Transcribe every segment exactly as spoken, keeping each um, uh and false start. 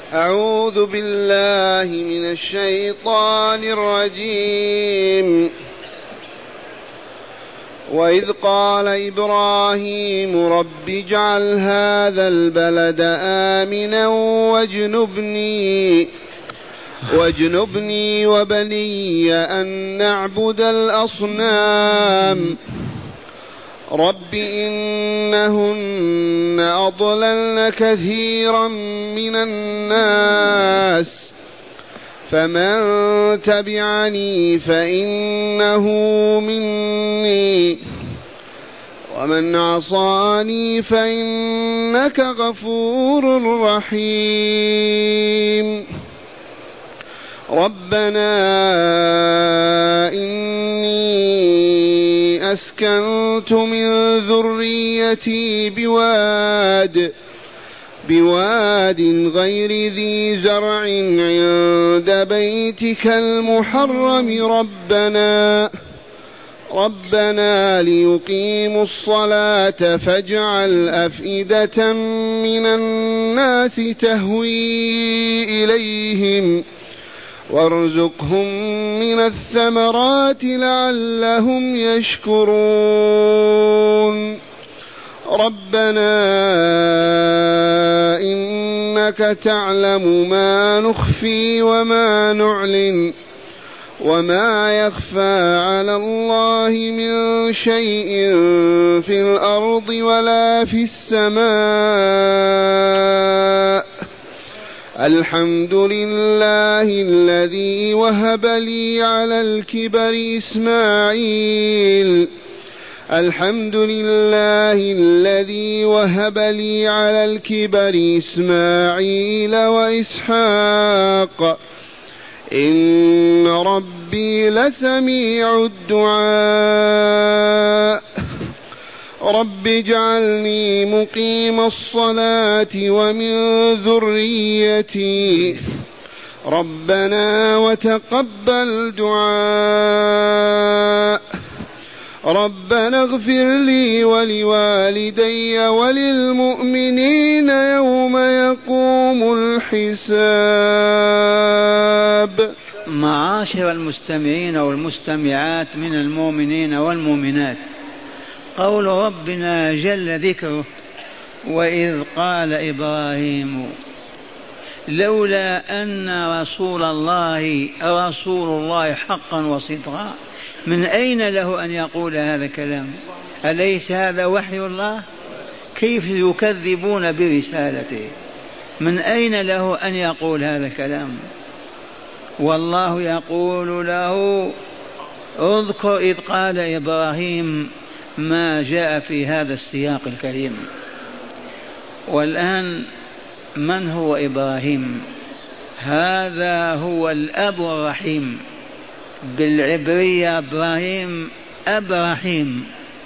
أعوذ بالله من الشيطان الرجيم. وإذ قال إبراهيم رب اجعل هذا البلد آمنا واجنبني واجنبني وبني أن نعبد الأصنام رب إنهن أضللن كثيرا من الناس فمن تبعني فإنه مني ومن عصاني فإنك غفور رحيم. ربنا إني أسكنت من ذريتي بواد بواد غير ذي زرع عند بيتك المحرم ربنا ربنا ليقيموا الصلاة فاجعل أفئدة من الناس تهوي إليهم وارزقهم من الثمرات لعلهم يشكرون. ربنا إنك تعلم ما نخفي وما نعلن وما يخفى على الله من شيء في الأرض ولا في السماء. الحمد لله الذي وهب لي على الكبر إسماعيل الحمد لله الذي وهب لي على الكبر إسماعيل وإسحاق إن ربي لسميع الدعاء. رب اجعلني مقيم الصلاة ومن ذريتي ربنا وتقبل دعاء. ربنا اغفر لي ولوالدي وللمؤمنين يوم يقوم الحساب. معاشر المستمعين والمستمعات من المؤمنين والمؤمنات، قول ربنا جل ذكره وإذ قال إبراهيم لولا أن رسول الله رسول الله حقا وصدقا، من أين له أن يقول هذا الكلام؟ أليس هذا وحي الله؟ كيف يكذبون برسالته؟ من أين له أن يقول هذا الكلام؟ والله يقول له اذكر إذ قال إبراهيم ما جاء في هذا السياق الكريم. والآن من هو إبراهيم؟ هذا هو الأب الرحيم، بالعبرية إبراهيم أب رحيم،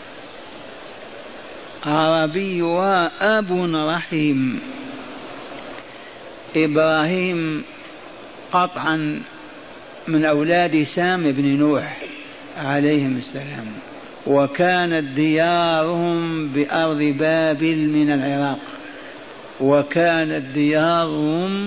عربي وأب رحيم. إبراهيم قطعا من أولاد سام بن نوح عليهم السلام، وكانت ديارهم بأرض بابل من العراق، وكانت ديارهم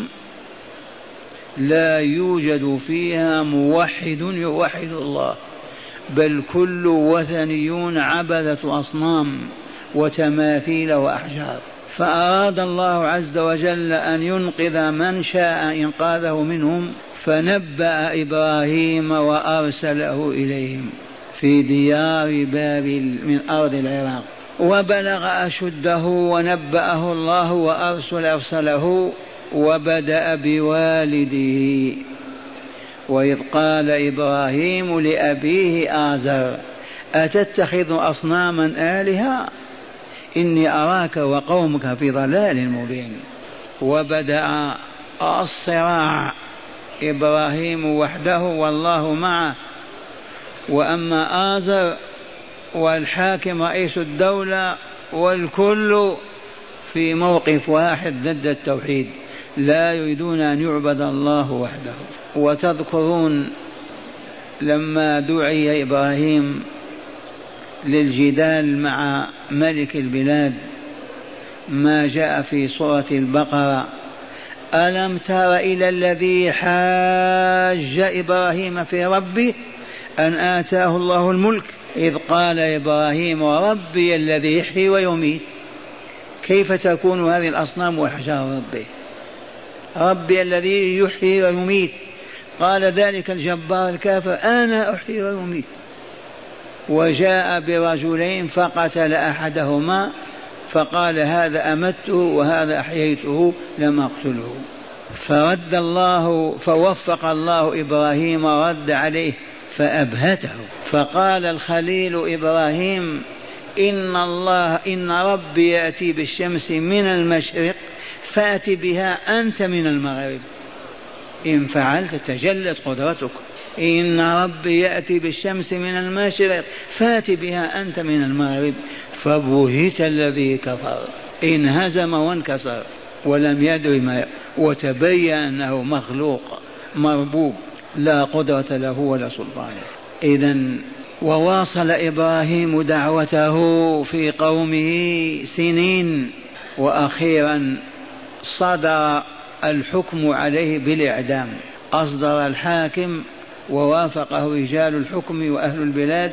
لا يوجد فيها موحد يوحد الله، بل كل وثنيون عبدة أصنام وتماثيل وأحجار. فأراد الله عز وجل أن ينقذ من شاء إنقاذه منهم، فنبأ إبراهيم وأرسله إليهم في ديار بابل من أرض العراق، وبلغ أشده ونبأه الله وأرسل أرسله وبدأ بوالده. وإذ قال إبراهيم لأبيه آزر أتتخذ أصناما آلهة إني أراك وقومك في ضلال مبين. وبدأ الصراع، إبراهيم وحده والله معه، وأما آزر والحاكم رئيس الدولة والكل في موقف واحد ضد التوحيد، لا يريدون أن يعبد الله وحده. وتذكرون لما دعي إبراهيم للجدال مع ملك البلاد ما جاء في سورة البقرة ألم تر إلى الذي حاج إبراهيم في ربه أن آتاه الله الملك إذ قال إبراهيم ربي الذي يحيي ويميت. كيف تكون هذه الأصنام والحجار ربي؟ ربي الذي يحيي ويميت. قال ذلك الجبار الكافر أنا أحيي ويميت. وجاء برجلين فقتل أحدهما فقال هذا أمته وهذا أحييته لم أقتله. فرد الله فوفق الله إبراهيم رد عليه فأبهته. فقال الخليل إبراهيم إن الله إن ربي يأتي بالشمس من المشرق فأت بها أنت من المغرب إن فعلت تجلت قدرتك. إن ربي يأتي بالشمس من المشرق فأت بها أنت من المغرب. فبهت الذي كفر انهزم وانكسر ولم يدر ما وتبين أنه مخلوق مربوب لا قدرة له ولا سلطان. إذن وواصل إبراهيم دعوته في قومه سنين وأخيرا صدر الحكم عليه بالإعدام. أصدر الحاكم ووافقه رجال الحكم وأهل البلاد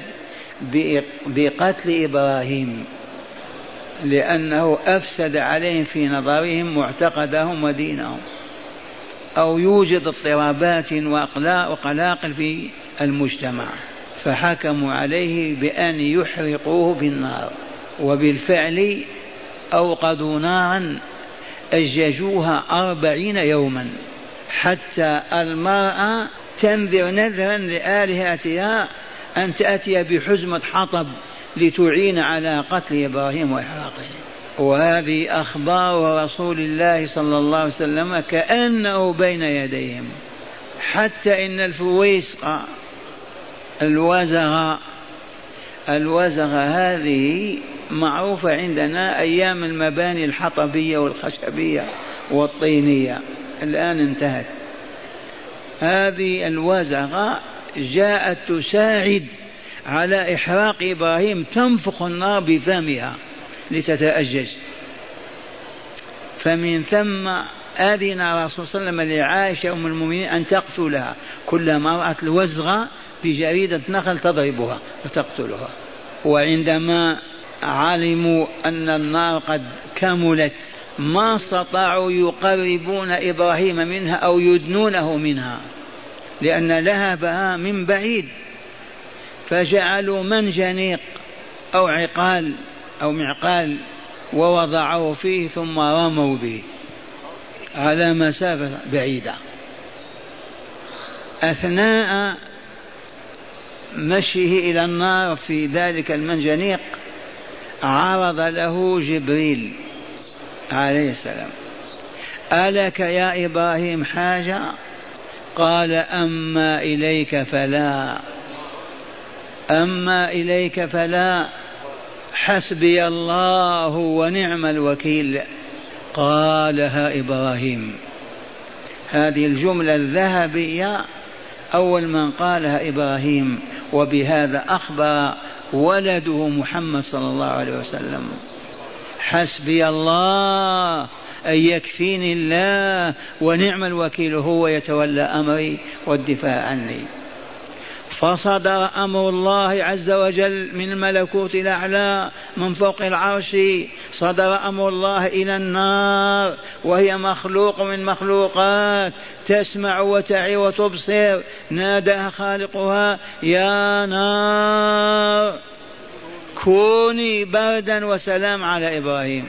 بقتل إبراهيم لأنه أفسد عليهم في نظرهم معتقدهم ودينهم أو يوجد اضطرابات وقلاقل في المجتمع. فحكموا عليه بأن يحرقوه بالنار. وبالفعل أوقدوا نارا أججوها أربعين يوما حتى المرأة تنذر نذرا لآلهتها أن تأتي بحزمة حطب لتعين على قتل إبراهيم وإحراقه. وهذه أخبار رسول الله صلى الله عليه وسلم كأنه بين يديهم. حتى إن الفويسقة الوزغة الوزغة هذه معروفة عندنا أيام المباني الحطبية والخشبية والطينية، الآن انتهت. هذه الوزغة جاءت تساعد على إحراق إبراهيم، تنفخ النار بفمها لتتأجج. فمن ثم أذن الرسول صلى الله عليه وسلم لعائشة أم المؤمنين أن تقتلها، كلما رأت الوزغة بجريدة نخل تضربها وتقتلها. وعندما علموا أن النار قد كملت ما استطاعوا يقربون إبراهيم منها أو يدنونه منها لأن لهبها من بعيد، فجعلوا منجنيق أو عقال أو معقال ووضعوه فيه ثم رموا به على مسافة بعيدة. أثناء مشيه إلى النار في ذلك المنجنيق عرض له جبريل عليه السلام: ألك يا إبراهيم حاجة؟ قال: أما إليك فلا، أما إليك فلا، حسبي الله ونعم الوكيل. قالها إبراهيم. هذه الجملة الذهبية أول من قالها إبراهيم، وبهذا أخبر ولده محمد صلى الله عليه وسلم: حسبي الله أن يكفيني الله ونعم الوكيل، هو يتولى أمري والدفاع عني. فصدر أمر الله عز وجل من الملكوت الأعلى من فوق العرش، صدر أمر الله إلى النار وهي مخلوق من مخلوقات، تسمع وتعي وتبصر. ناداها خالقها: يا نار كوني بردا وسلام على إبراهيم.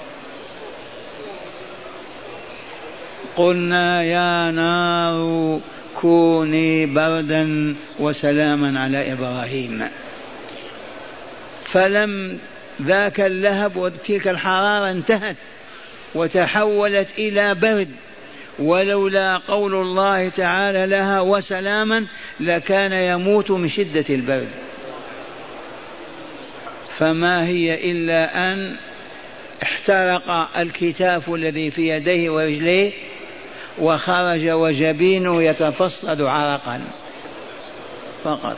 قلنا: يا نار كوني بردا وسلاما على إبراهيم. فلم ذاك اللهب وتلك الحرارة انتهت وتحولت إلى برد، ولولا قول الله تعالى لها وسلاما لكان يموت من شدة البرد. فما هي إلا أن احترق الكتاف الذي في يديه ورجليه وخرج وجبينه يتفصد عرقا فقط.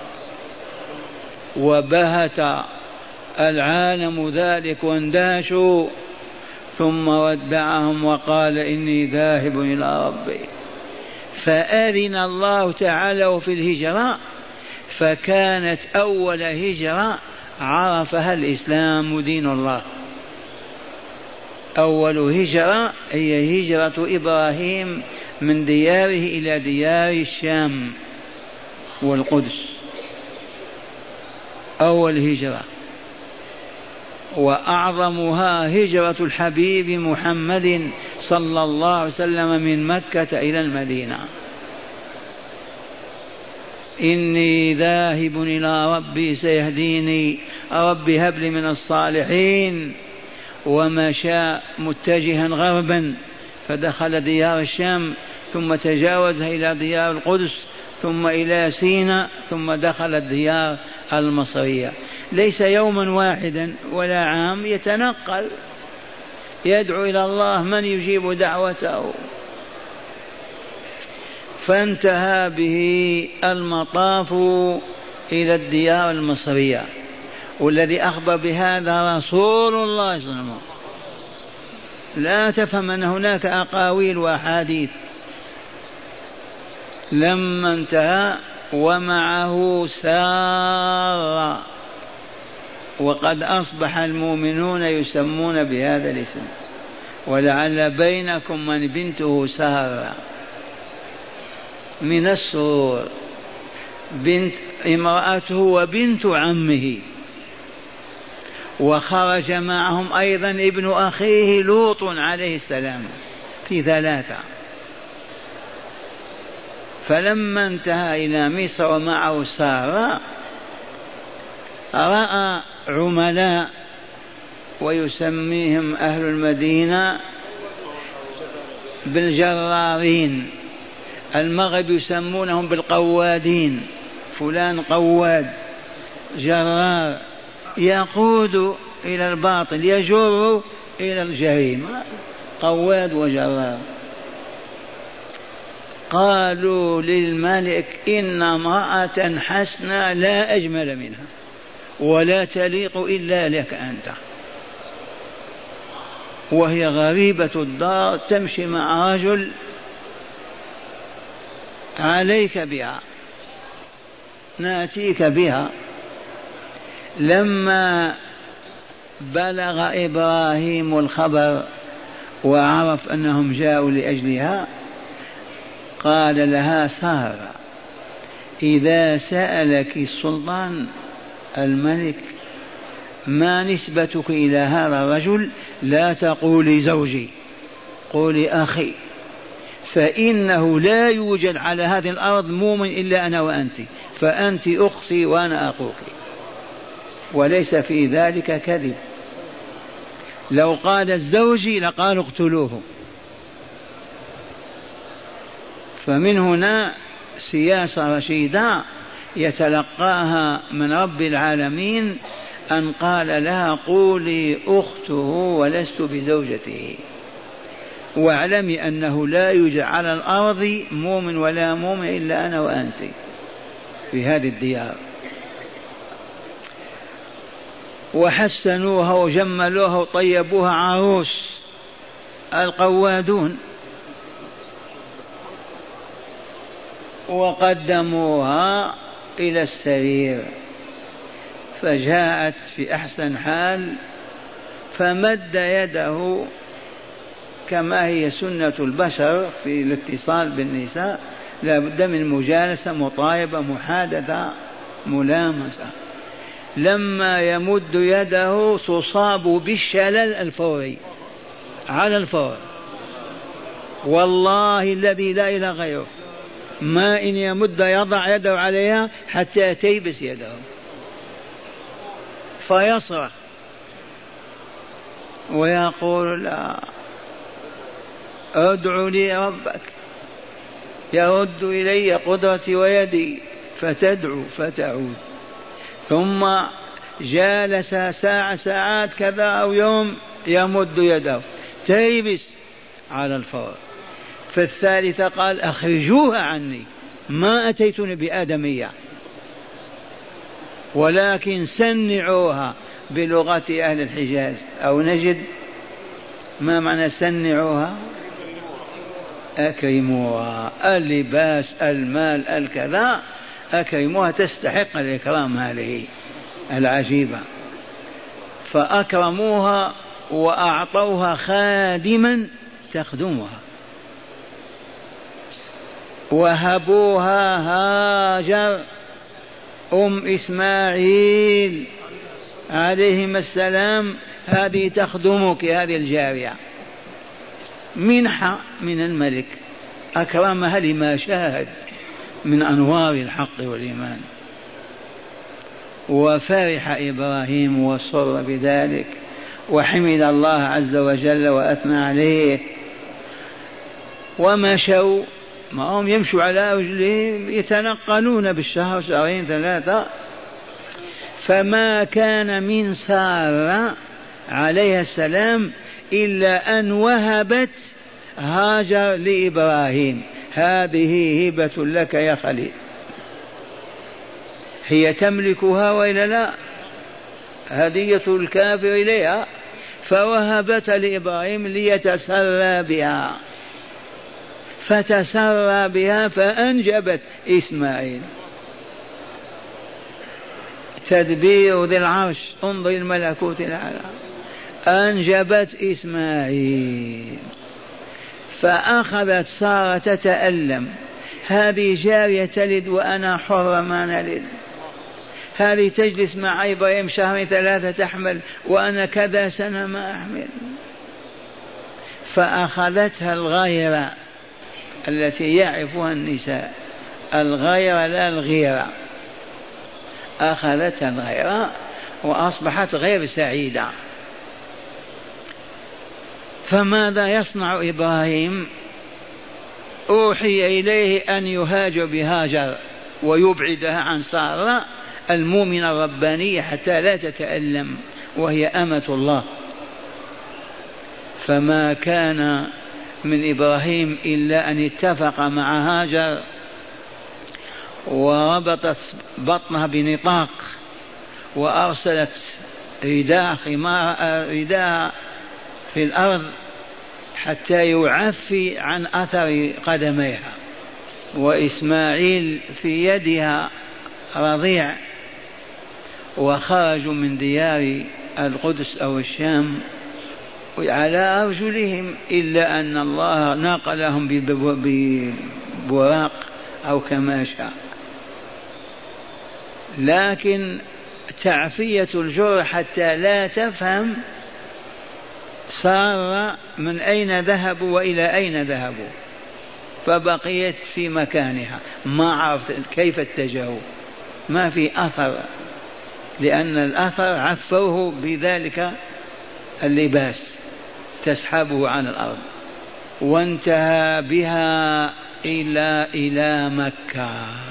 وبهت العالم ذلك واندهشوا، ثم ودعهم وقال إني ذاهب إلى ربي. فأذن الله تعالى في الهجرة، فكانت أول هجرة عرفها الإسلام دين الله. أول هجرة هي هجرة إبراهيم من دياره إلى ديار الشام والقدس، أول هجرة، وأعظمها هجرة الحبيب محمد صلى الله عليه وسلم من مكة إلى المدينة. إني ذاهب إلى ربي سيهديني، ربي هب لي من الصالحين. ومشى متجها غربا فدخل ديار الشام، ثم تجاوز إلى ديار القدس، ثم إلى سيناء، ثم دخل الديار المصرية. ليس يوما واحدا ولا عام، يتنقل يدعو إلى الله من يجيب دعوته. فانتهى به المطاف إلى الديار المصرية، والذي أخبر بهذا رسول الله صلى الله عليه وسلم. لا تفهم أن هناك أقاويل وأحاديث. لما انتهى ومعه سارة، وقد أصبح المؤمنون يسمون بهذا الاسم، ولعل بينكم من بنته سارة من السرور، بنت امرأته وبنت عمه. وخرج معهم أيضا ابن أخيه لوط عليه السلام، في ثلاثة. فلما انتهى إلى مصر ومعه سارة، رأى عملاء ويسميهم أهل المدينة بالجرارين، المغرب يسمونهم بالقوادين، فلان قواد جرار، يقود إلى الباطل يجر إلى الجريمة، قواد وجرار. قالوا للملك إن امرأة حسنة لا أجمل منها ولا تليق إلا لك أنت، وهي غريبة الدار تمشي مع رجل، عليك بها ناتيك بها. لما بلغ إبراهيم الخبر وعرف أنهم جاءوا لأجلها، قال لها سارة إذا سألك السلطان الملك ما نسبتك إلى هذا الرجل لا تقولي زوجي، قولي أخي، فإنه لا يوجد على هذه الأرض مؤمن إلا أنا وأنت، فأنت أختي وأنا أخوك، وليس في ذلك كذب. لو قال الزوجي لقالوا اقتلوه. فمن هنا سياسة رشيدة يتلقاها من رب العالمين، أن قال لها قولي أخته ولست بزوجته، واعلمي أنه لا يوجد على الأرض مؤمن ولا مؤمن إلا أنا وأنت في هذه الديار. وحسنوها وجملوها وطيبوها عروس القوادون، وقدموها إلى السرير، فجاءت في أحسن حال، فمد يده كما هي سنة البشر في الاتصال بالنساء، لا بد من مجالسة مطايبة محادثة ملامسة. لما يمد يده تصاب بالشلل الفوري على الفور، والله الذي لا إله غيره، ما إن يمد يضع يده عليها حتى تيبس يده فيصرخ ويقول لا ادعو لي ربك، يرد إلي قدرتي ويدي، فتدعو فتعود. ثم جالس ساعة ساعات كذا أو يوم يمد يده تيبس على الفور. في الثالثة قال أخرجوها عني، ما أتيتني بآدمية ولكن سنعوها بلغة أهل الحجاز أو نجد، ما معنى سنعوها؟ أكرموها، اللباس المال الكذا أكرموها، تستحق الإكرام هذه العجيبة. فأكرموها وأعطوها خادما تخدمها، وهبوها هاجر أم إسماعيل عليهما السلام، هذه تخدمك، هذه الجارية منحة من الملك، أكرمها لما شاهد من أنوار الحق والإيمان. وفرح إبراهيم وسر بذلك وحمد الله عز وجل وأثنى عليه. ومشوا، ما هم يمشوا على رجلهم، يتنقلون بالشهر شهرين ثلاثة. فما كان من سارة عليها السلام إلا أن وهبت هاجر لإبراهيم، هذه هبة لك يا خليل. هي تملكها وإلا لا؟ هدية الكافر إليها، فوهبت لإبراهيم ليتسرى بها، فتسرى بها فأنجبت إسماعيل. تدبير ذي العرش، انظر الملكوت الأعلى، أنجبت إسماعيل. فأخذت سارة تتألم، هذه جارية تلد وأنا حر ما نلد، هذه تجلس مع إبراهيم شهر ثلاثة تحمل وأنا كذا سنة ما أحمل. فأخذتها الغيرة التي يعرفها النساء، الغيرة لا الغيرة، أخذتها الغيرة وأصبحت غير سعيدة. فماذا يصنع إبراهيم؟ أوحي إليه أن يهاجر بهاجر ويبعدها عن سارة المؤمنة الربانية حتى لا تتألم، وهي أمة الله. فما كان من إبراهيم إلا أن اتفق مع هاجر وربطت بطنها بنطاق وأرسلت رداء خمار رداء في الأرض حتى يعفي عن أثر قدميها، وإسماعيل في يدها رضيع. وخرجوا من ديار القدس أو الشام على أرجلهم، إلا أن الله ناقلهم ببراق أو كما شاء. لكن تعفية الجرح حتى لا تفهم صار من أين ذهبوا وإلى أين ذهبوا، فبقيت في مكانها، ما عرفت كيف اتجهوا، ما في أثر، لأن الأثر عفوه بذلك اللباس تسحبه عن الأرض. وانتهى بها إلى إلى مكة،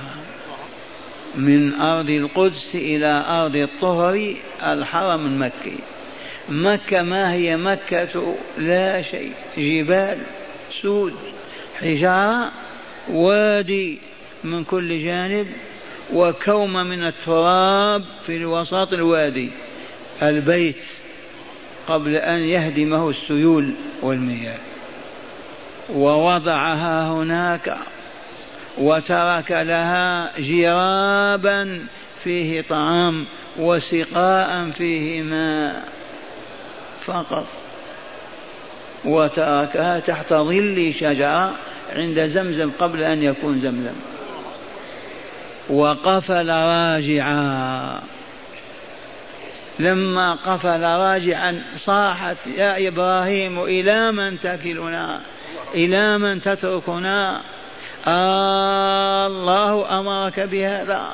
من أرض القدس إلى أرض الطهر الحرم المكي. مكة ما هي مكة؟ لا شيء، جبال سود حجارة، وادي من كل جانب، وكومة من التراب في الوسط الوادي، البيت قبل أن يهدمه السيول والمياه. ووضعها هناك وترك لها جرابا فيه طعام وسقاء فيه ماء فقط، وتركها تحت ظل شجرة عند زمزم قبل أن يكون زمزم. وقفل راجعا، لما قفل راجعا صاحت يا إبراهيم إلى من تكلنا، إلى من تتركنا؟ آه الله أمرك بهذا؟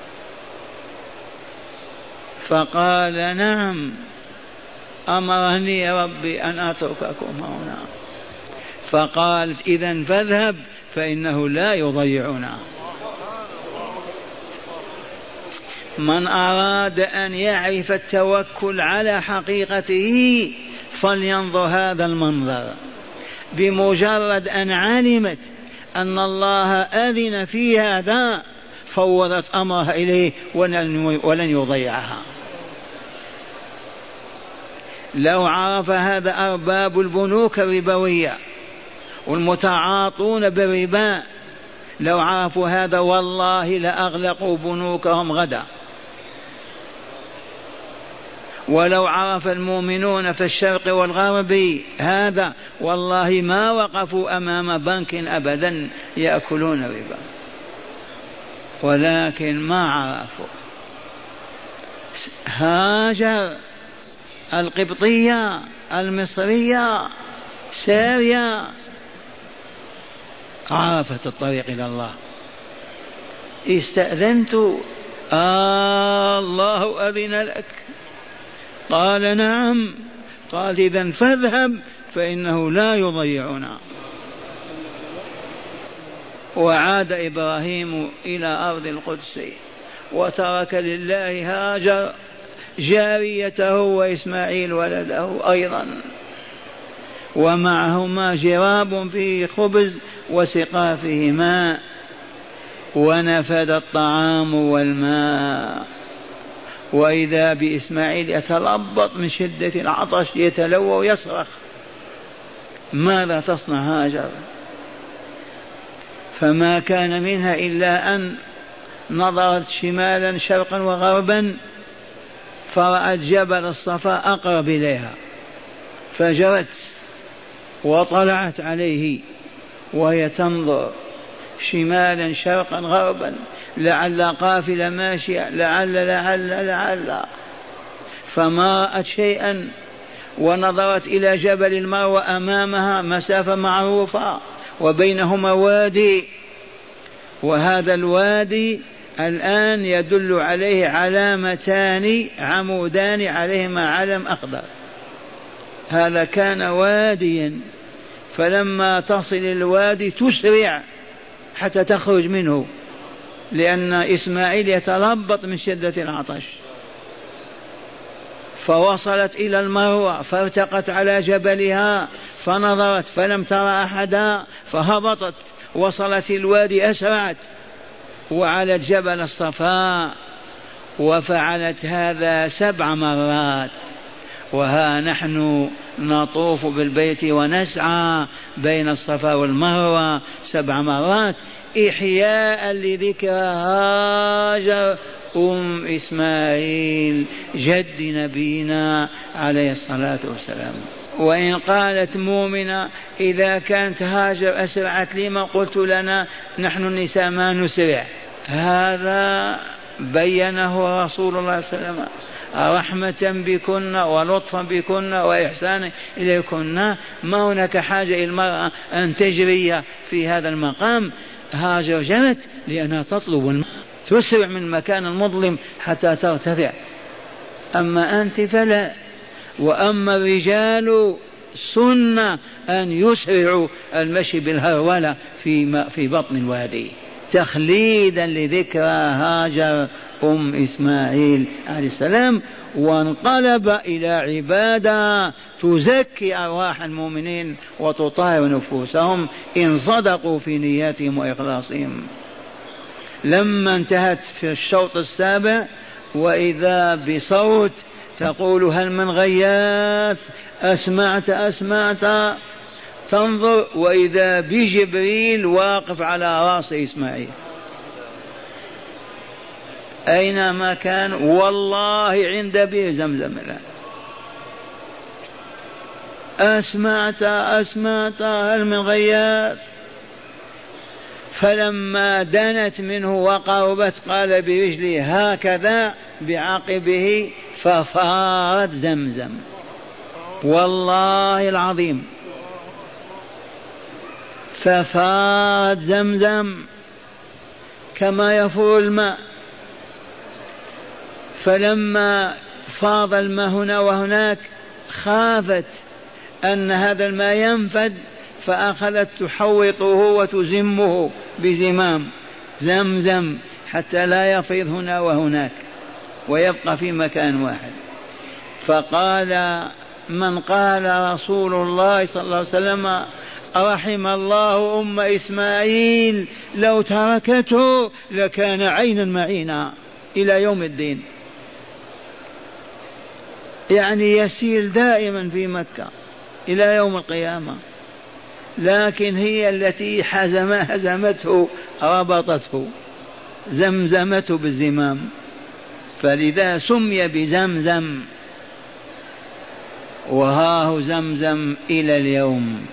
فقال نعم أمرني يا ربي أن أترككم هنا. فقالت إذن فاذهب فإنه لا يضيعنا. من أراد أن يعرف التوكل على حقيقته فلينظر هذا المنظر. بمجرد أن علمت أن الله أذن في هذا فوضت أمرها إليه ولن يضيعها. لو عرف هذا أرباب البنوك الربوية والمتعاطون بالربا، لو عرفوا هذا والله لأغلقوا بنوكهم غدا. ولو عرف المؤمنون في الشرق والغرب هذا والله ما وقفوا أمام بنك أبدا يأكلون الربا، ولكن ما عرفوا. هاجر القبطية المصرية سارية عرفت الطريق إلى الله. استأذنت آه الله أذن لك، قال نعم، قال إذن فاذهب فإنه لا يضيعنا. وعاد إبراهيم إلى أرض القدس وترك لله هاجر جاريته وإسماعيل ولده أيضا، ومعهما جراب فيه خبز وسقا فيه ماء، ونفد الطعام والماء. وإذا بإسماعيل يتلبط من شدة العطش يتلوى ويصرخ. ماذا تصنع هاجر؟ فما كان منها إلا أن نظرت شمالا شرقا وغربا فرأت جبل الصفا أقرب إليها، فجرت وطلعت عليه وهي تنظر شمالا شرقا غربا، لعل قافلة ماشية، لعل لعل لعل فما رأت شيئا. ونظرت إلى جبل المروة أمامها مسافة معروفة وبينهما وادي، وهذا الوادي الآن يدل عليه علامتان عمودان عليهما علم أخضر. هذا كان واديا، فلما تصل الوادي تسرع حتى تخرج منه، لأن إسماعيل يتلبط من شدة العطش. فوصلت إلى المروة فارتقت على جبلها فنظرت فلم ترى أحدا، فهبطت وصلت الوادي أسرعت وعلى جبل الصفا، وفعلت هذا سبع مرات. وها نحن نطوف بالبيت ونسعى بين الصفا والمروة سبع مرات إحياء لذكر هاجر أم إسماعيل جد نبينا عليه الصلاة والسلام. وإن قالت مؤمنة إذا كانت هاجر أسرعت لما قلت لنا نحن النساء ما نسرع؟ هذا بينه رسول الله صلى الله عليه وسلم رحمة بكن ولطفا بكن وإحسانا إليكن. ما هناك حاجة إلى المرأة أن تجري في هذا المقام. هاجر جرت لأنها تطلب الماء، تسرع من مكان المظلم حتى ترتفع. أما أنت فلا. وأما الرجال سنة أن يسرعوا المشي بالهرولة في في بطن الوادي تخليدا لذكرى هاجر أم إسماعيل عليه السلام. وانقلب إلى عبادة تزكي أرواح المؤمنين وتطهر نفوسهم إن صدقوا في نياتهم وإخلاصهم. لما انتهت في الشوط السابع وإذا بصوت تقول هل من غياث؟ أسمعت أسمعت تنظر وإذا بجبريل واقف على رأس إسماعيل أينما كان، والله عند بئر زمزم. أسمعت أسمعت هل من غياث؟ فلما دنت منه وقربت قال برجلي هكذا بعقبه ففارت زمزم. والله العظيم ففارت زمزم كما يفور الماء. فلما فاض الماء هنا وهناك خافت أن هذا الماء ينفد، فأخذت تحوطه وتزمه بزمام زمزم حتى لا يفيض هنا وهناك ويبقى في مكان واحد. فقال من قال رسول الله صلى الله عليه وسلم رحم الله أم إسماعيل لو تركته لكان عينا معينا إلى يوم الدين. يعني يسيل دائما في مكة إلى يوم القيامة، لكن هي التي حزم هزمته ربطته زمزمته بالزمام، فلذا سمي بزمزم. وهاه زمزم إلى اليوم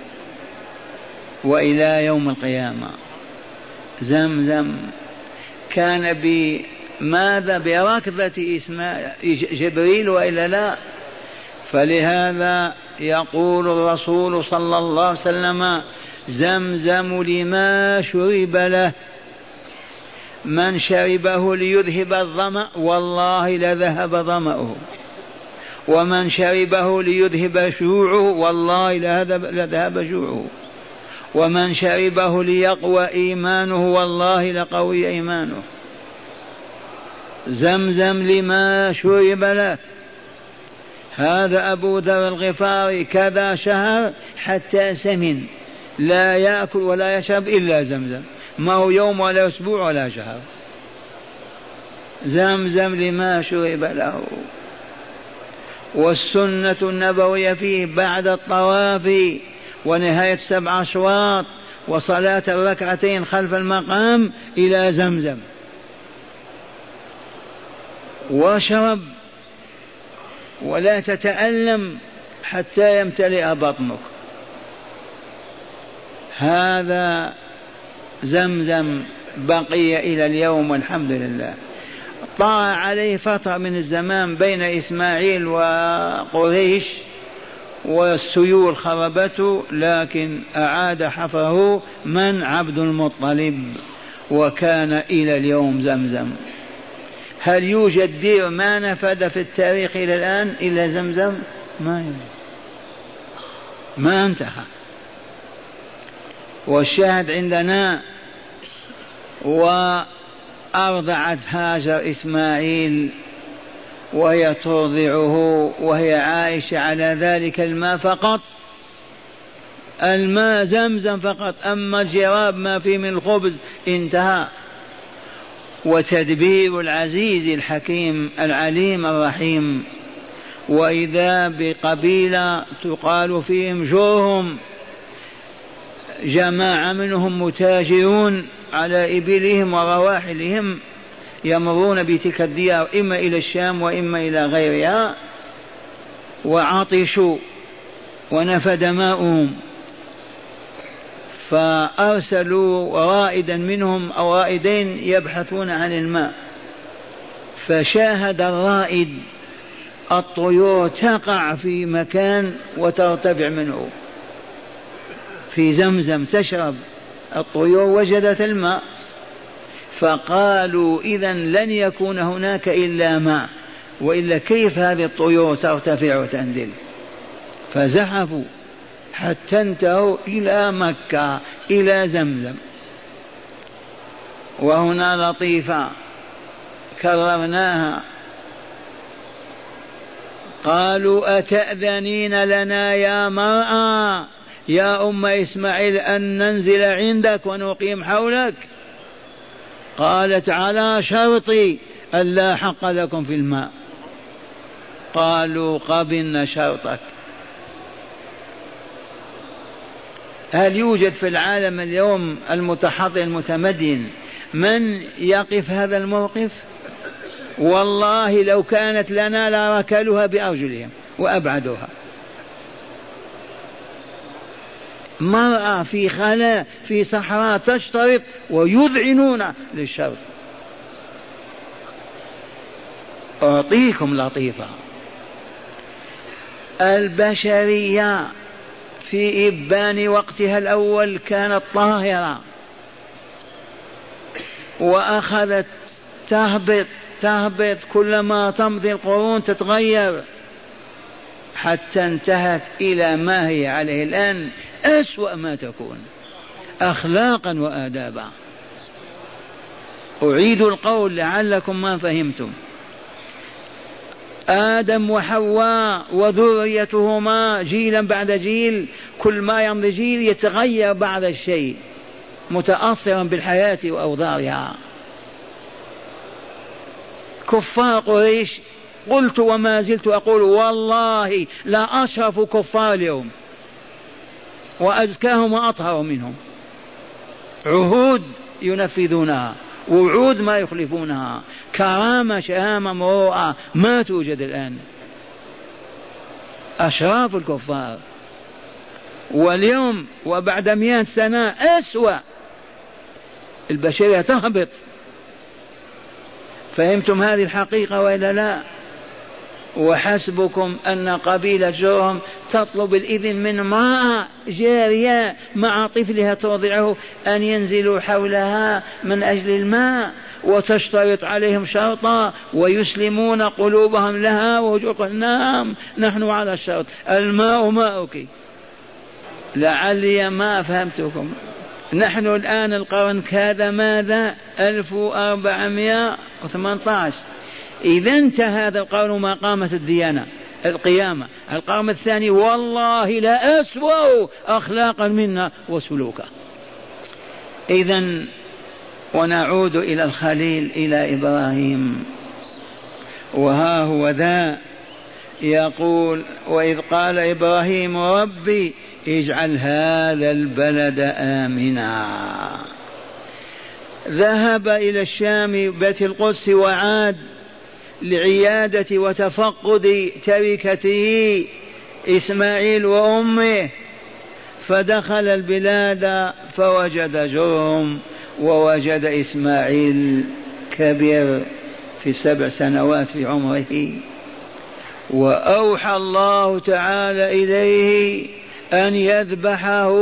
وإلى يوم القيامة. زمزم كان بماذا؟ بركضة إسماء جبريل وإلا لا؟ فلهذا يقول الرسول صلى الله عليه وسلم: زمزم لما شرب له، من شربه ليذهب الظمأ والله لذهب ظمأه، ومن شربه ليذهب جوعه والله لذهب جوعه، ومن شربه ليقوى إيمانه والله لقوي إيمانه. زمزم لما شرب له. هذا أبو ذر الغفاري كذا شهر حتى سمن، لا يأكل ولا يشرب إلا زمزم، ما هو يوم ولا أسبوع ولا شهر. زمزم لما شرب له. والسنة النبوية فيه بعد الطواف ونهاية سبع أشواط وصلاة الركعتين خلف المقام إلى زمزم واشرب ولا تتألم حتى يمتلئ بطنك. هذا زمزم بقي إلى اليوم والحمد لله. طاع عليه فترة من الزمان بين إسماعيل وقريش والسيول خربته، لكن أعاد حفره من؟ عبد المطلب، وكان إلى اليوم زمزم. هل يوجد دير ما نفذ في التاريخ إلى الآن إلا زمزم؟ ما يوجد، ما انتهى. والشاهد عندنا: وأرضعت هاجر إسماعيل وهي ترضعه وهي عايشة على ذلك الماء فقط، الماء زمزم فقط، أما الجراب ما فيه من الخبز انتهى. وتدبير العزيز الحكيم العليم الرحيم. وإذا بقبيلة تقال فيهم جرهم، جماعة منهم متاجرون على إبلهم ورواحلهم يمرون بتلك الديار إما إلى الشام وإما إلى غيرها، وعطشوا ونفد ماؤهم، فأرسلوا رائدا منهم أو رائدين يبحثون عن الماء، فشاهد الرائد الطيور تقع في مكان وترتفع منه في زمزم تشرب، الطيور وجدت الماء، فقالوا إذن لن يكون هناك إلا ماء، وإلا كيف هذه الطيور ترتفع وتنزل؟ فزحفوا حتى انتهوا إلى مكة إلى زمزم. وهنا لطيفة كررناها، قالوا: أتأذنين لنا يا مرأة يا أم إسماعيل أن ننزل عندك ونقيم حولك؟ قالت: على شرطي ألا حق لكم في الماء. قالوا: قبلنا شرطك. هل يوجد في العالم اليوم المتحضر المتمدن من يقف هذا الموقف؟ والله لو كانت لنا لركلوها بأرجلهم وأبعدوها. مرأة في خلاء في صحراء تشترط ويذعنون للشرط. أعطيكم لطيفة، البشرية في إبان وقتها الأول كانت طاهرة، وأخذت تهبط تهبط كلما تمضي القرون تتغير، حتى انتهت إلى ما هي عليه الآن، أسوأ ما تكون أخلاقا وآدابا. أعيد القول لعلكم ما فهمتم. آدم وحواء وذريتهما جيلا بعد جيل، كل ما يمضي جيل يتغير بعض الشيء متأثرا بالحياة وأوضارها. كفار قريش قلت وما زلت أقول والله لا أشرف كفار اليوم وأزكاهم وأطهر منهم، عهود ينفذونها، وعود ما يخلفونها، كرامة شهامة مروءة ما توجد الآن، أشراف الكفار. واليوم وبعد مئة سنة أسوأ، البشرية تهبط. فهمتم هذه الحقيقة وإلا لا؟ وحسبكم أن قبيلة جرهم تطلب الإذن من امرأة جارية مع طفلها ترضعه أن ينزلوا حولها من أجل الماء، وتشترط عليهم شرطا ويسلمون قلوبهم لها ويقول نعم نحن على الشرط، الماء ماؤك. لعلي ما فهمتكم. نحن الآن القرن كذا ماذا ألف وأربعمائة وثمانية عشر، إذا انتهى هذا القرن ما قامت الديانة القيامة. القرن الثاني والله لا أسوأ أخلاقا منا وسلوكا. إذن ونعود إلى الخليل إلى إبراهيم، وها هو ذا يقول وإذ قال إبراهيم ربي اجعل هذا البلد آمنا. ذهب إلى الشام بيت القدس وعاد لعيادة وتفقد تركته إسماعيل وأمه، فدخل البلاد فوجد جرهم ووجد إسماعيل كبير في سبع سنوات في عمره، وأوحى الله تعالى إليه أن يذبحه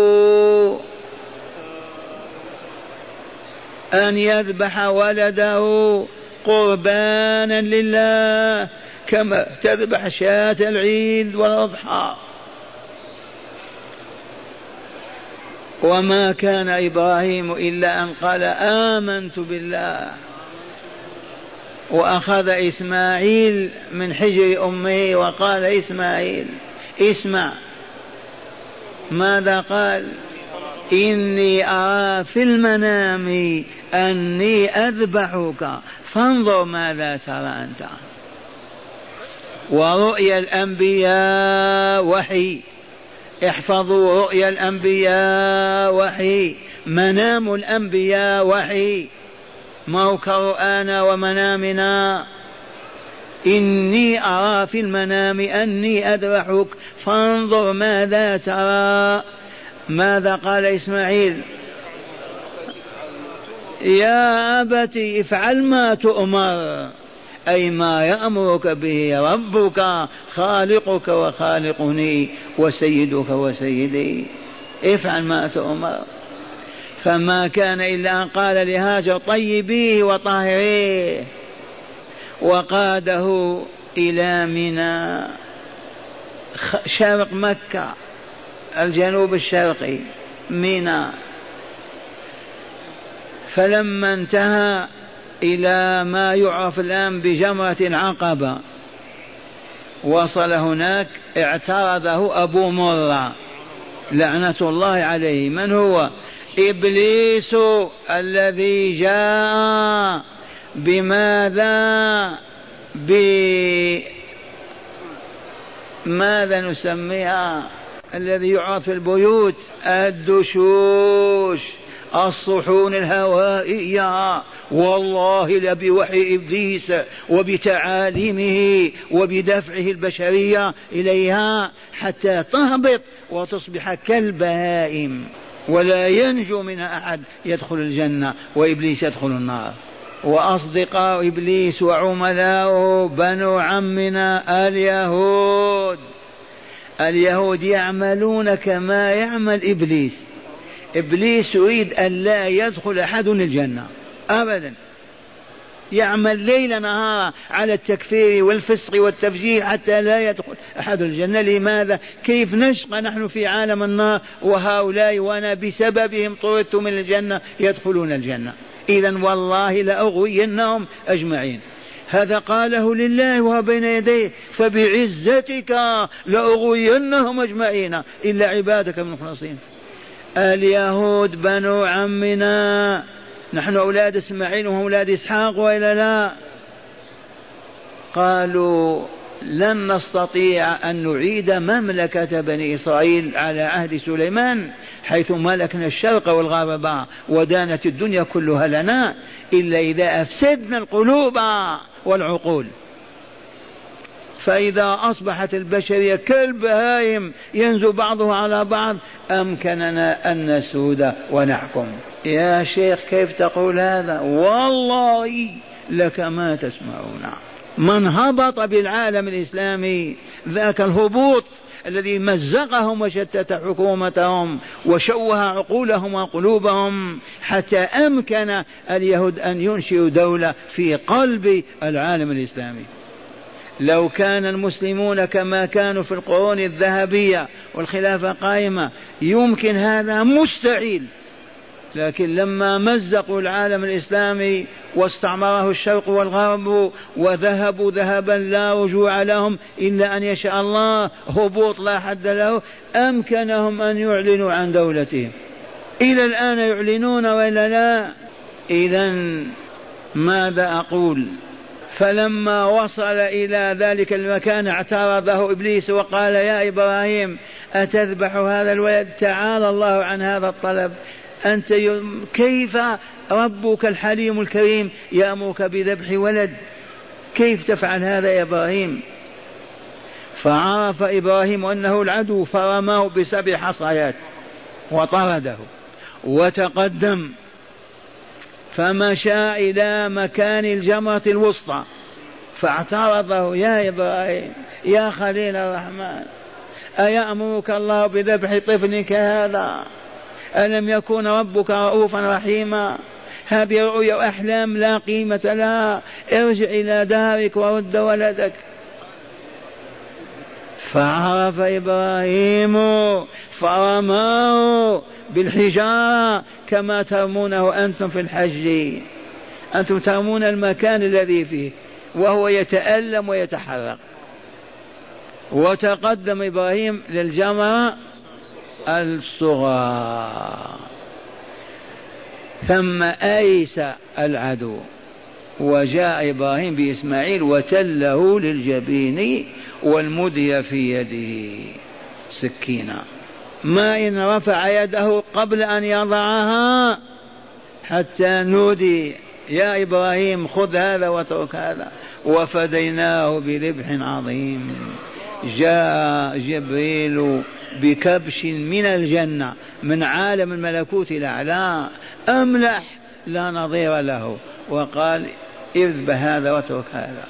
أن يذبح ولده قربانا لله كما تذبح شاة العيد والأضحى. وما كان إبراهيم إلا أن قال آمنت بالله، وأخذ إسماعيل من حجر أمه وقال إسماعيل اسمع ماذا قال؟ إني أرى في المنام أني أذبحك فانظر ماذا ترى أنت. ورؤيا الأنبياء وحي، احفظوا رؤيا الأنبياء وحي، منام الأنبياء وحي، ما هو كرؤانا ومنامنا. إني أرى في المنام أني أذبحك فانظر ماذا ترى. ماذا قال إسماعيل؟ يا أبت افعل ما تؤمر، أي ما يأمرك به ربك خالقك وخالقني وسيدك وسيدي، افعل ما تؤمر. فما كان إلا أن قال لهاجر طيبيه وطهريه، وقاده إلى منى شرق مكة الجنوب الشرقي منى. فلما انتهى إلى ما يعرف الآن بجمرة العقبة وصل هناك اعترضه أبو مرة لعنة الله عليه. من هو؟ إبليس الذي جاء بماذا بماذا نسميها الذي يعرف في البيوت الدشوش الصحون الهوائية، والله لبوحي إبليس وبتعاليمه وبدفعه البشرية إليها حتى تهبط وتصبح كالبهائم ولا ينجو منها أحد، يدخل الجنة وإبليس يدخل النار. وأصدقاء إبليس وعملاؤه بنو عمنا اليهود. اليهود يعملون كما يعمل إبليس. إبليس يريد أن لا يدخل أحد الجنة أبدا، يعمل ليل نهار على التكفير والفسق والتفجير حتى لا يدخل أحد الجنة. لماذا؟ كيف نشقى نحن في عالم النار وهؤلاء وأنا بسببهم طردت من الجنة يدخلون الجنة؟ إذن والله لأغوينهم أجمعين. هذا قاله لله وهو بين يديه، فبعزتك لأغوينهم أجمعين إلا عبادك المخلصين. اليهود بنو عمنا، نحن أولاد إسماعيل وهم أولاد إسحاق وإلا لا؟ قالوا لن نستطيع أن نعيد مملكة بني إسرائيل على عهد سليمان حيث ملكنا الشرق والغرب ودانت الدنيا كلها لنا إلا إذا أفسدنا القلوب والعقول. فإذا أصبحت البشرية كالبهائم ينزو بعضها على بعض أمكننا أن نسود ونحكم. يا شيخ كيف تقول هذا؟ والله لك ما تسمعون. من هبط بالعالم الإسلامي ذاك الهبوط الذي مزقهم وشتت حكومتهم وشوه عقولهم وقلوبهم حتى أمكن اليهود أن ينشئوا دولة في قلب العالم الإسلامي. لو كان المسلمون كما كانوا في القرون الذهبية والخلافة قائمة يمكن هذا؟ مستحيل. لكن لما مزقوا العالم الإسلامي واستعمره الشرق والغرب وذهبوا ذهبا لا رجوع لهم إلا أن يشاء الله هبوط لا حد له أمكنهم أن يعلنوا عن دولتهم. إلى الآن يعلنون وإلا لا؟ إذن ماذا أقول؟ فلما وصل إلى ذلك المكان اعترضه إبليس وقال يا إبراهيم أتذبح هذا الولد؟ تعالى الله عن هذا الطلب. أنت كيف ربك الحليم الكريم يأمرك بذبح ولد؟ كيف تفعل هذا يا إبراهيم؟ فعرف إبراهيم أنه العدو فرماه بسبع حصيات وطرده وتقدم فمشى إلى مكان الجمرة الوسطى فاعترضه يا إبراهيم يا خليل الرحمن أيأمرك الله بذبح طفلك هذا؟ ألم يكن ربك رؤوفا رحيما؟ هذه رؤيا وأحلام لا قيمة لها. ارجع إلى دارك ورد ولدك. فعرف إبراهيم فرماه بالحجارة كما ترمونه أنتم في الحج. أنتم ترمون المكان الذي فيه وهو يتألم ويتحرك. وتقدم إبراهيم للجمرة الصغرى ثم أيس العدو وجاء إبراهيم بإسماعيل وتله للجبين والمدي في يده سكينة. ما إن رفع يده قبل أن يضعها حتى نودي يا إبراهيم خذ هذا واترك هذا وفديناه بذبح عظيم. جاء جبريل بكبش من الجنة من عالم الملكوت الأعلى أملح لا نظير له وقال اذبح هذا واترك هذا.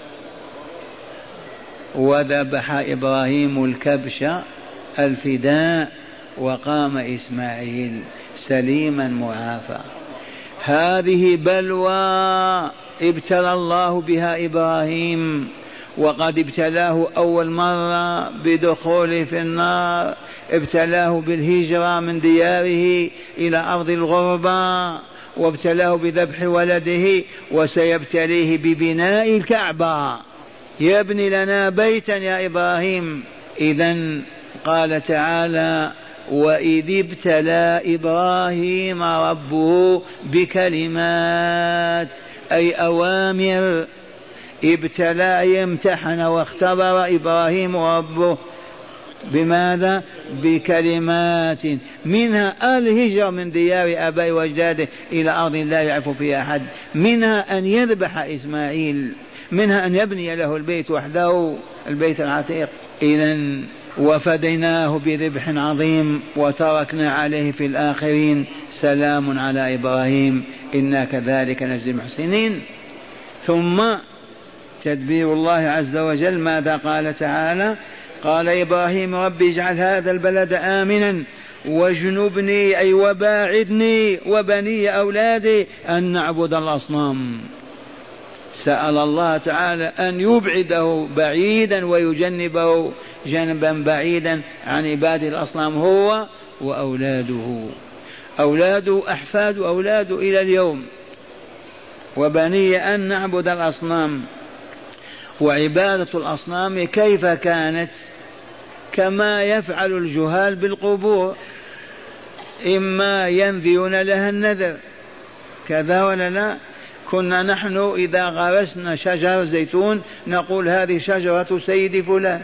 وذبح إبراهيم الكبش الفداء وقام إسماعيل سليما معافى. هذه بلوى ابتلى الله بها إبراهيم وقد ابتلاه أول مرة بدخوله في النار، ابتلاه بالهجرة من دياره إلى أرض الغربة، وابتلاه بذبح ولده، وسيبتليه ببناء الكعبة. يبني لنا بيتا يا إبراهيم. إذن قال تعالى: وإذ ابتلى إبراهيم ربه بكلمات، أي أوامر. ابتلى يمتحن واختبر إبراهيم ربه بماذا؟ بكلمات، منها الهجرة من ديار آبائه وأجداده إلى أرض لا يعرف فيها أحد، منها أن يذبح إسماعيل، منها أن يبني له البيت وحده، البيت العتيق. إذن وفديناه بذبح عظيم وتركنا عليه في الآخرين سلام على إبراهيم إنا كذلك نجزي المحسنين. ثم تدبير الله عز وجل، ماذا قال تعالى؟ قال إبراهيم: ربي اجعل هذا البلد آمنا واجنبني أي وباعدني وبني أولادي أن نعبد الأصنام. سأل الله تعالى أن يبعده بعيدا ويجنبه جنبا بعيدا عن عباد الأصنام هو وأولاده، أولاده أحفاد أولاده إلى اليوم. وبني أن نعبد الأصنام. وعبادة الأصنام كيف كانت؟ كما يفعل الجهال بالقبور، إما ينذرون لها النذر كذا ولا لا. كنا نحن إذا غرسنا شجر زيتون نقول هذه شجرة سيد فلان،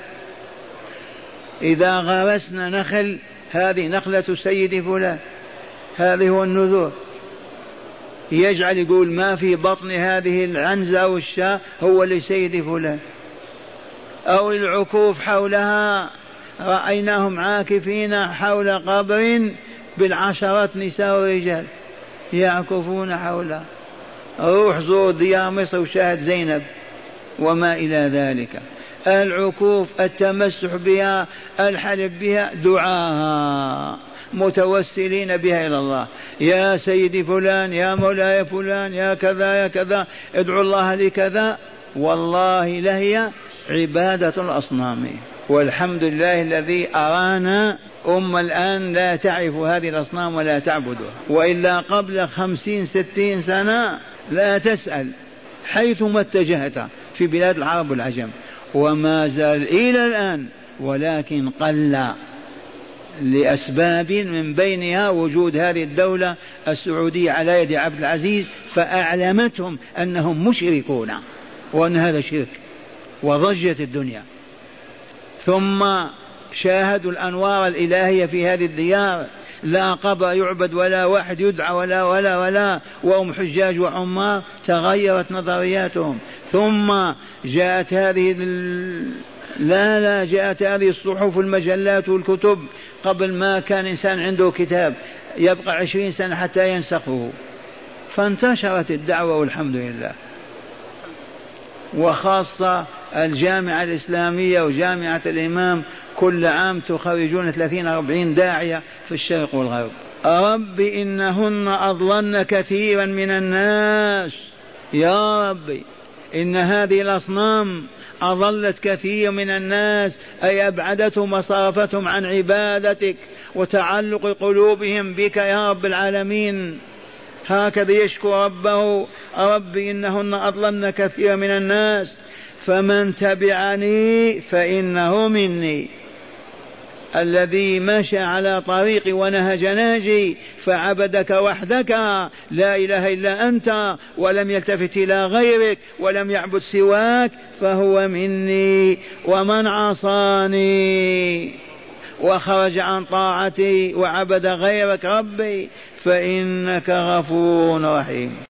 إذا غرسنا نخل هذه نخلة سيد فلان. هذه هو النذور. يجعل يقول ما في بطن هذه العنزة أو الشاة هو لسيد فلان. أو العكوف حولها، رأيناهم عاكفين حول قبر بالعشرات نساء ورجال يعكفون حولها. روح زور ديار مصر وشاهد زينب وما إلى ذلك. العكوف التمسح بها الحلف بها دعاها متوسلين بها إلى الله. يا سيدي فلان، يا مولاي فلان، يا كذا يا كذا، ادعو الله لكذا. والله لهي عبادة الأصنام. والحمد لله الذي أرانا أم الآن لا تعرف هذه الأصنام ولا تعبدها، وإلا قبل خمسين ستين سنة لا تسأل حيثما اتجهت في بلاد العرب والعجم، وما زال إلى الآن، ولكن قل لأسباب من بينها وجود هذه الدولة السعودية على يد عبد العزيز، فأعلمتهم أنهم مشركون وأن هذا شرك، وضجت الدنيا. ثم شاهدوا الأنوار الإلهية في هذه الديار، لا قبر يعبد ولا واحد يدعى ولا ولا ولا وهم حجاج وعمار. تغيرت نظرياتهم. ثم جاءت هذه لا لا جاءت هذه الصحف والمجلات والكتب. قبل ما كان إنسان عنده كتاب يبقى عشرين سنة حتى ينسخه، فانتشرت الدعوة والحمد لله. وخاصة الجامعة الإسلامية وجامعة الإمام كل عام تخرجون ثلاثين أربعين داعية في الشرق والغرب. رب إنهن أضللن كثيرا من الناس. يا ربي إن هذه الأصنام أضلت كثير من الناس، أي أبعدتهم وصرفتهم عن عبادتك وتعلق قلوبهم بك يا رب العالمين. هكذا يشكو ربه. رب إنهن أضللن كثير من الناس فمن تبعني فإنه مني. الذي مشى على طريقي ونهج نهجي فعبدك وحدك لا إله إلا أنت ولم يلتفت إلى غيرك ولم يعبد سواك فهو مني. ومن عصاني وخرج عن طاعتي وعبد غيرك ربي فإنك غفور رحيم.